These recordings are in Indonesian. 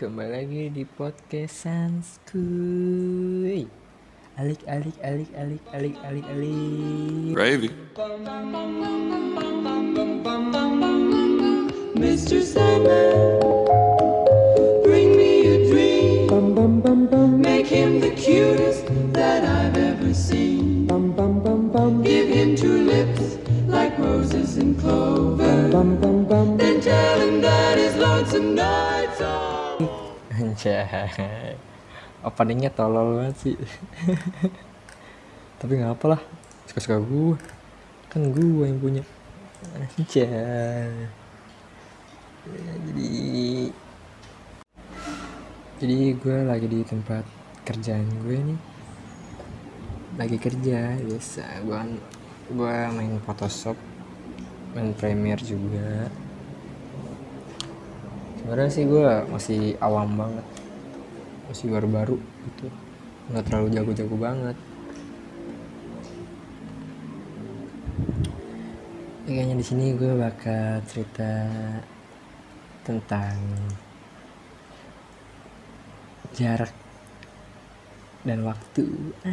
Kembali lagi di podcast Sanskuy. Alik. Gravy. Mr. Sandman, bring me a dream. Make him the cutest that I've ever seen. Give him two lips like roses and clover. Then tell him that his lonesome nights are. Anjay, openingnya tolol banget sih. Tapi nggak apa lah, suka-suka gue. Kan gue yang punya. Anjay. Ya, jadi gue lagi di tempat kerjaan gue nih. Lagi kerja biasa. Gue main Photoshop, main Premiere juga. Sebenarnya sih gue masih awam banget, masih baru-baru gitu, nggak terlalu jago-jago banget. Kayaknya di sini gue bakal cerita tentang jarak dan waktu.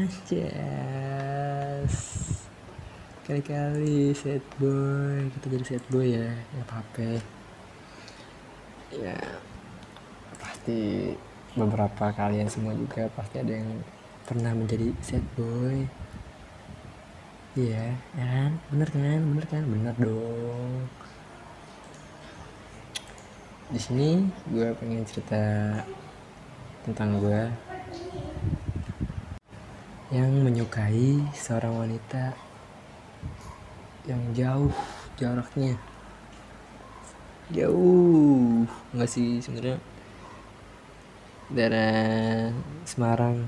Anjas, kali-kali sad boy, kita jadi sad boy ya, nggak apa-apa. Ya pasti beberapa kalian semua juga pasti ada yang pernah menjadi sad boy. Iya kan, bener dong. Di sini gue pengen cerita tentang gue yang menyukai seorang wanita yang jauh jaraknya. Jauh nggak sih sebenarnya, daerah Semarang.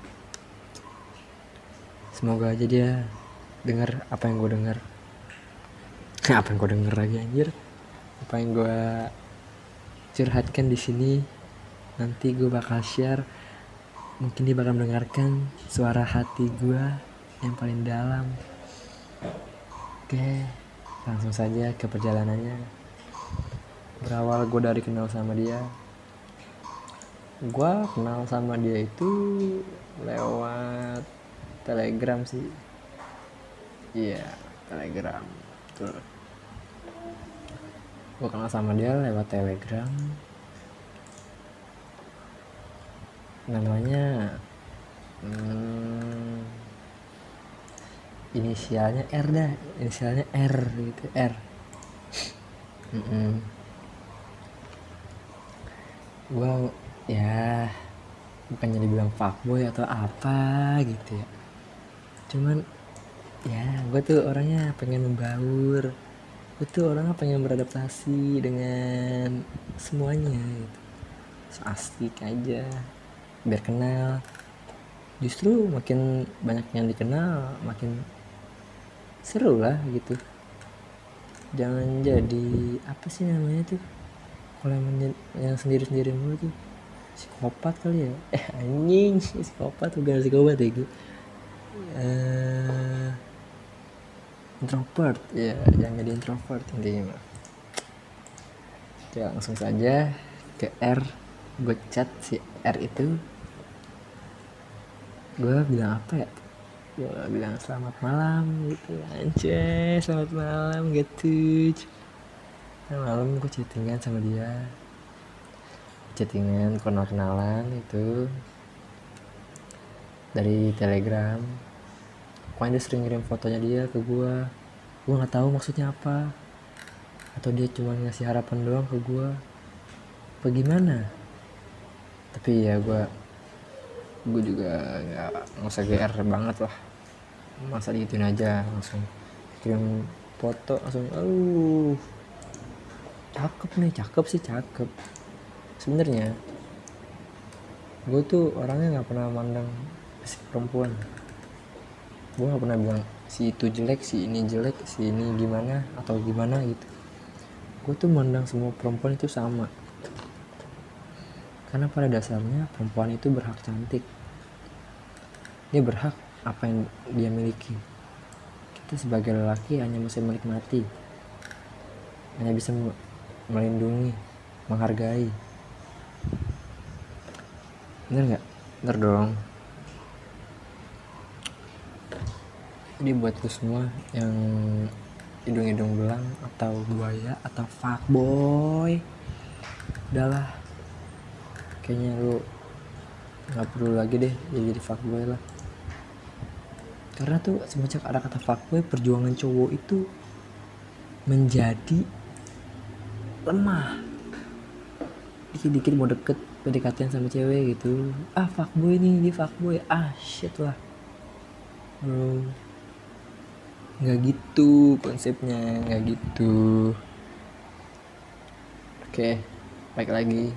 Semoga aja dia dengar apa yang gue dengar. Apa yang gue dengar lagi anjir, apa yang gue curhatkan di sini. Nanti gue bakal share, mungkin dia bakal mendengarkan suara hati gue yang paling dalam. Oke, langsung saja ke perjalanannya. Berawal gue dari kenal sama dia. Gue kenal sama dia itu lewat Telegram sih. Iya, Telegram. Betul. Gue kenal sama dia lewat Telegram. Namanya inisialnya R dah. Inisialnya R gitu, R. Gue ya bukannya dibilang fuckboy atau apa gitu ya, cuman ya gue tuh orangnya pengen membaur, gue tuh orangnya pengen beradaptasi dengan semuanya gitu, so asik aja biar kenal. Justru makin banyak yang dikenal makin seru lah gitu. Jangan jadi apa sih namanya tuh, kalau yang sendiri mulu tuh psikopat kali ya. Anjing, psikopat bukan psikopat ya gitu. Introvert ya, jangan jadi introvert intinya. Oke, langsung saja ke R. Gue chat si R itu, gue bilang apa ya, gue bilang selamat malam gitu. Anjay, selamat malam gitu. Malam gue chattingan sama dia, chattingan kenalan itu dari Telegram. Pokoknya dia sering ngirim fotonya dia ke gue nggak tahu maksudnya apa, atau dia cuma ngasih harapan doang ke gue apa gimana. Tapi ya gue juga nggak usah GR banget lah, masa digituin aja, langsung kirim foto langsung. Cakep sebenarnya. Gue tuh orangnya nggak pernah mandang fisik perempuan. Gue nggak pernah bilang si itu jelek, si ini jelek, si ini gimana atau gimana gitu. Gue tuh mandang semua perempuan itu sama, karena pada dasarnya perempuan itu berhak cantik. Dia berhak apa yang dia miliki. Kita sebagai lelaki hanya bisa menikmati, hanya bisa melindungi, menghargai. Bener nggak? Bener dong. Jadi buat lu semua yang hidung-hidung belang atau buaya atau fuckboy, udahlah, kayaknya lu nggak perlu lagi deh jadi fuckboy lah. Karena tuh semenjak ada kata fuckboy, perjuangan cowok itu menjadi lemah. Dikit-dikit mau deket PDKT sama cewek gitu, fuckboy nih, dia fuckboy, shit lah bro. Nggak gitu konsepnya, nggak gitu. Oke, baik lagi.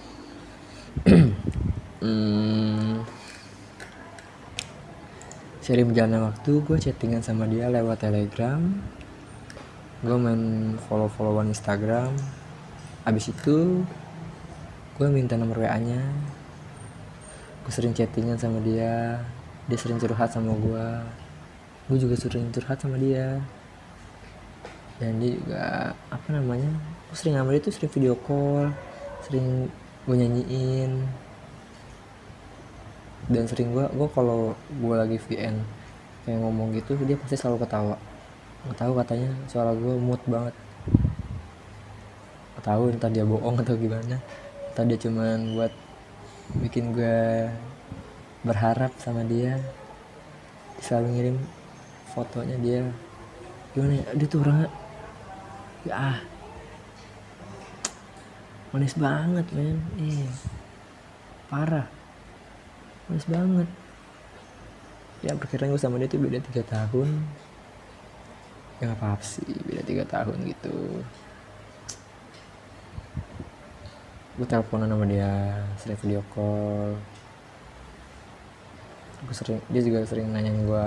Sering berjalannya waktu, gue chattingan sama dia lewat Telegram, gue main follow-followan Instagram. Abis itu gue minta nomor WA-nya, gue sering chattingan sama dia sering curhat sama gue juga sering curhat sama dia, dan dia juga gue sering sama dia tuh sering video call, sering gue nyanyiin, dan sering gue kalau gue lagi VN kayak ngomong gitu, dia pasti selalu ketawa. Nggak tahu, katanya suara gue mood banget. Nggak tahu entah dia bohong atau gimana, entah dia cuman buat bikin gue berharap sama dia. Selalu ngirim fotonya dia, gimana ya, dia tuh orangnya manis banget men, parah manis banget ya. Perkiraan gue sama dia tuh beda 3 tahun ya, nggak apa-apa sih beda 3 tahun gitu. Gue teleponan sama dia, sering video call, dia juga sering nanyain gue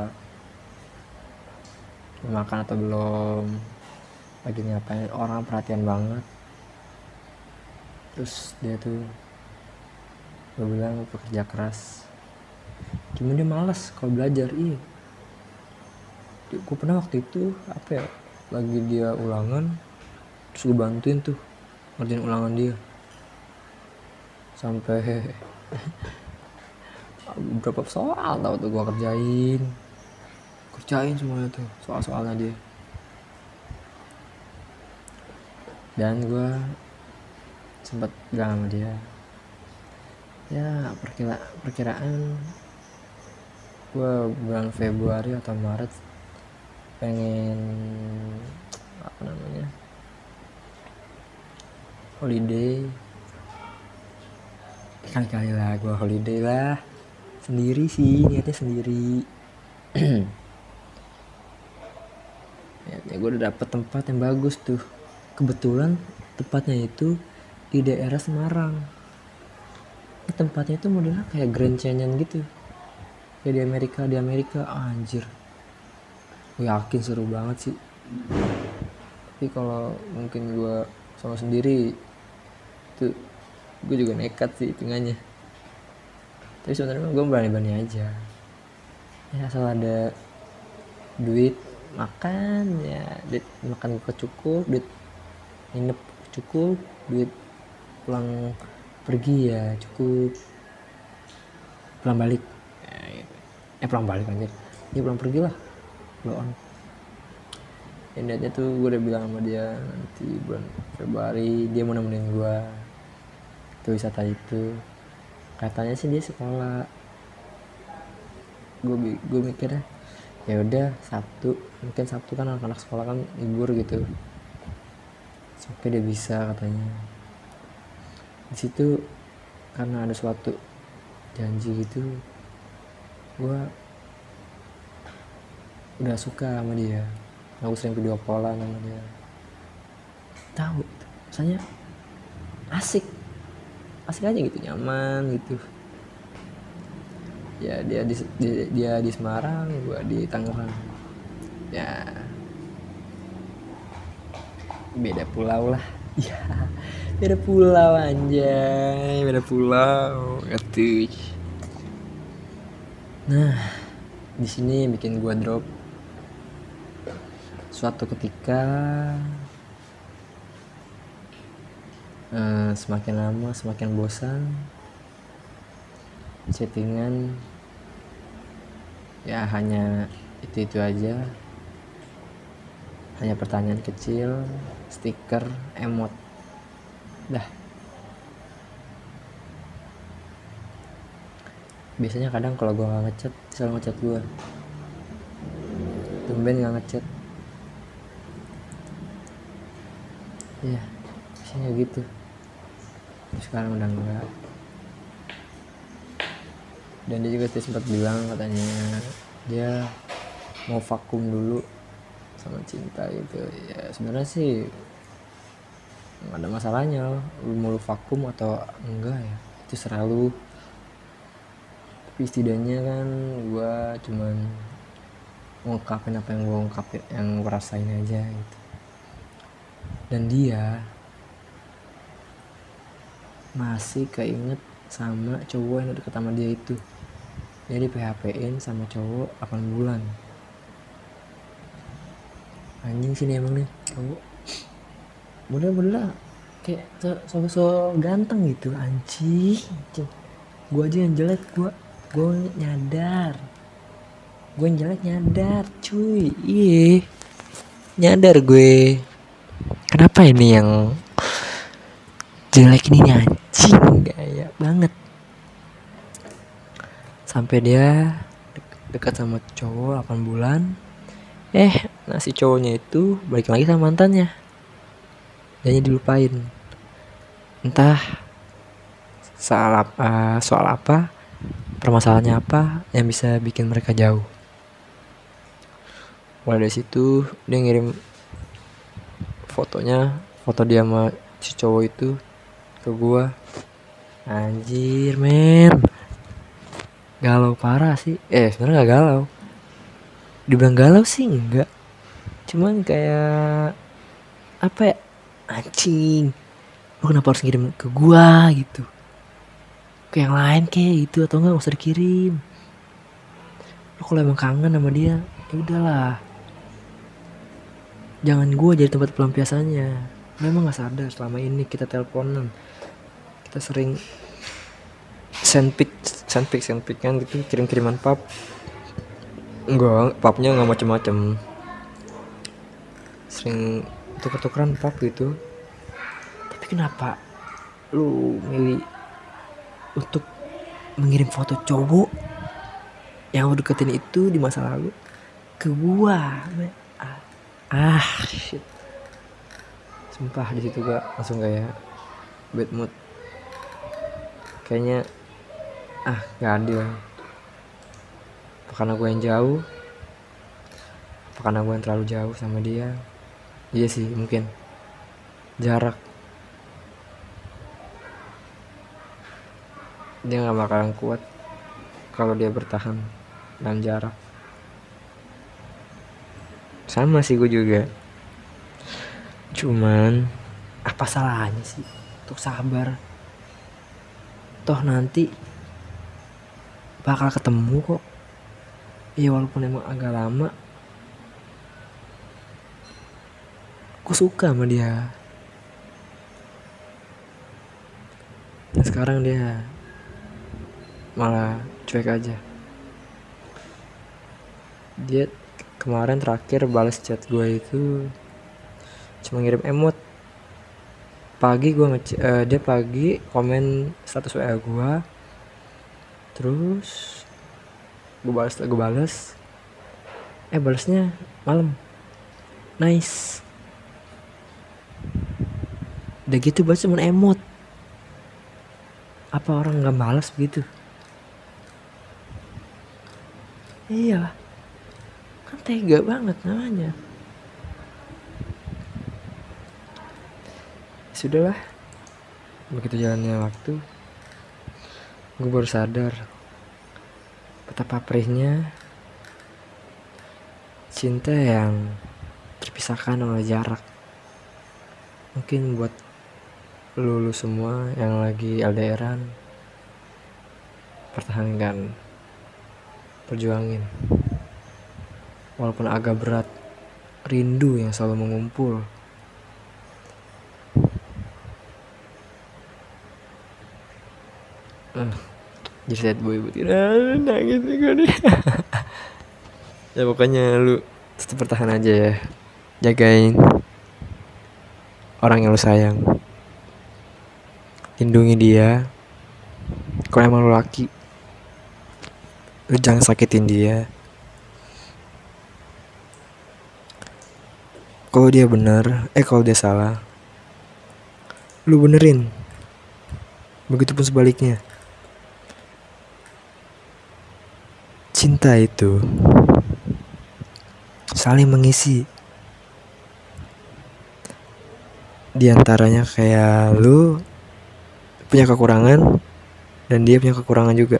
makan atau belum, lagi ngapain. Orang perhatian banget. Terus dia tuh, gue bilang pekerja keras, cuman dia malas kalau belajar. Gue pernah waktu itu lagi dia ulangan, terus gue bantuin tuh ngerjain ulangan dia sampai berapa soal tau tuh gue kerjain semuanya tuh soal-soalnya dia. Dan gue sempat bilang sama dia, ya perkiraan gue bulan Februari atau Maret pengen holiday. Kali-kali lah gue holiday lah sendiri sih, niatnya sendiri. Ya gue udah dapet tempat yang bagus tuh. Kebetulan tempatnya itu di daerah Semarang. Tempatnya itu modelnya kayak Grand Canyon gitu, kayak di Amerika. Anjir, gue yakin seru banget sih. Tapi kalau mungkin gue sama sendiri tuh, gue juga nekat sih hitungannya. Tapi sebenarnya gue berani aja ya, asal ada duit makan ya, duit makan gue cukup, duit nginep cukup, duit pulang pergi ya cukup, pulang balik pulang balik anjir ya, pulang pergi lah blow on. Niatnya tuh gue udah bilang sama dia nanti bulan Februari dia mau nemenin gue ke wisata itu. Katanya sih dia sekolah. Gue mikirnya ya udah Sabtu kan anak-anak sekolah kan libur gitu, sampai dia bisa katanya. Di situ karena ada suatu janji gitu, gue udah suka sama dia. Aku sering video callan sama dia, tahu rasanya asik aja gitu, nyaman gitu ya. Dia di Semarang, gue di Tangerang ya, beda pulau lah ya. Beda pulau anjay, beda pulau gitu. Nah, di sini bikin gue drop. Suatu ketika semakin lama semakin bosan, chattingan ya hanya itu aja, hanya pertanyaan kecil, stiker, emot, dah. Biasanya kadang kalau gue nggak ngechat selalu ngechat gue, tumben nggak ngechat ya, biasanya gitu. Terus sekarang udah enggak. Dan dia juga sempat bilang katanya dia mau vakum dulu sama cinta gitu. Ya sebenarnya sih nggak ada masalahnya lu mau lu vakum atau enggak ya, itu selalu. Tapi setidaknya kan gue cuman ngungkapin apa yang gue ungkapin, yang gue rasain aja gitu. Dan dia masih keinget sama cowok yang deket sama dia itu. Dia di PHP-in sama cowok 8 bulan. Anjing sih nih emang nih cowok. Bener-bener kayak so ganteng gitu, anjing. Gue aja yang jelek, gue nyadar. Gue yang jelek nyadar, cuy. Iya, nyadar gue. Kenapa ini yang jelek ini anjing, gaya banget. Sampai dia dekat sama cowok 8 bulan. Nah si cowoknya itu balik lagi sama mantannya. Dia dilupain. Entah soal apa, permasalahannya apa yang bisa bikin mereka jauh. Mulai dari situ dia ngirim fotonya, foto dia sama si cowok itu ke gua. Anjir men, galau parah sih. Sebenarnya gak galau. Dibilang galau sih enggak, cuman kayak apa ya, anjing lu kenapa harus ngirim ke gua gitu, ke yang lain kayak gitu, atau enggak usah dikirim. Lu kalau emang kangen sama dia ya udahlah, jangan gua jadi tempat pelampiasannya. Lu emang gak sadar selama ini kita teleponan, kita sering sendpic kan gitu, kirim-kiriman pap. Enggak, papnya nggak macem-macem, sering tuker-tukeran pap gitu. Tapi kenapa lu milih untuk mengirim foto cowok yang lu deketin itu di masa lalu ke gua? Shit. Sumpah di situ gua langsung kayak bad mood. Kayaknya gak adil. Apa karena gue yang jauh? Apa karena gue yang terlalu jauh sama dia? Iya sih, mungkin jarak. Dia gak bakalan kuat kalau dia bertahan dalam jarak. Sama sih gue juga. Cuman apa salahnya sih untuk sabar? Toh nanti bakal ketemu kok. Ya walaupun emang agak lama. Gue suka sama dia. Dan sekarang dia malah cuek aja. Dia kemarin terakhir balas chat gue itu cuma ngirim emot. Pagi gue dia pagi komen status WA gue. Terus gue balas. Balasnya malam. Nice. Udah gitu balas cuma emot. Apa orang nggak malas begitu? Iya, kan tega banget namanya. Sudahlah, begitu jalannya waktu, gue baru sadar betapa perihnya cinta yang terpisahkan oleh jarak. Mungkin buat lu semua yang lagi LDRan, pertahankan, perjuangin. Walaupun agak berat, rindu yang selalu mengumpul. jadi sad boy buat nangis nih gue nih. Ya pokoknya lu tetap bertahan aja ya, jagain orang yang lu sayang, lindungi dia. Kalau emang lu laki, lu jangan sakitin dia. Kalau dia benar, kalau dia salah, lu benerin. Begitupun sebaliknya. Cinta itu saling mengisi. Di antaranya kayak lu punya kekurangan dan dia punya kekurangan juga.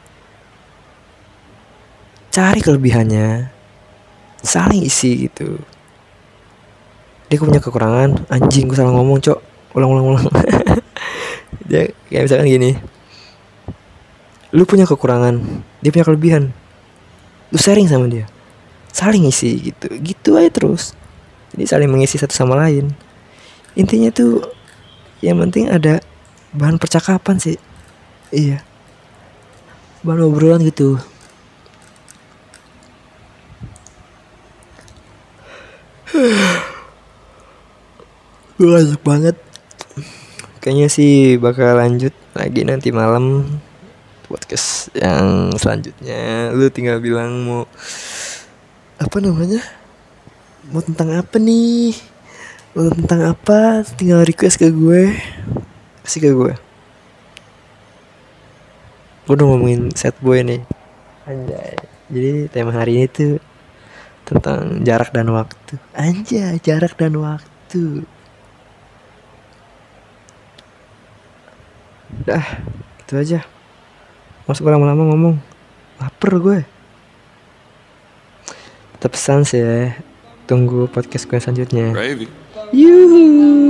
Cari kelebihannya, saling isi gitu. Dia punya kekurangan, anjing gue salah ngomong cok, ulang. Dia kayak misalkan gini, lu punya kekurangan, dia punya kelebihan, lu sharing sama dia, saling isi gitu aja terus. Jadi saling mengisi satu sama lain. Intinya tuh yang penting ada bahan percakapan sih. Iya, bahan obrolan gitu. Gue lanjut banget. Kayaknya sih bakal lanjut lagi nanti malam podcast yang selanjutnya. Lu tinggal bilang mau apa namanya, mau tentang apa nih, mau tentang apa, tinggal request ke gue, kasih ke gue. Gue udah ngomongin sad boy nih, anjay. Jadi tema hari ini tuh tentang jarak dan waktu. Anjay, jarak dan waktu. Dah, gitu aja. Masuk lama-lama ngomong, lapar gue. Tetap pesan sih ya. Tunggu podcast gue selanjutnya. Gravy. Yuhu.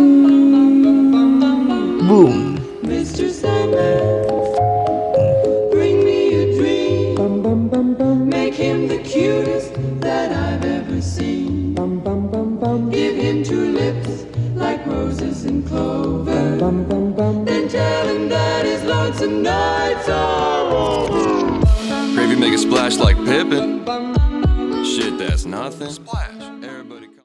Boom. Mr. Sandman, bring me a dream. Make him the cutest that I've ever seen. Give him two lips like roses and clover. Then tell him that his lonesome nights are over. Gravy make a splash like Pippin. Shit, that's nothing. Splash.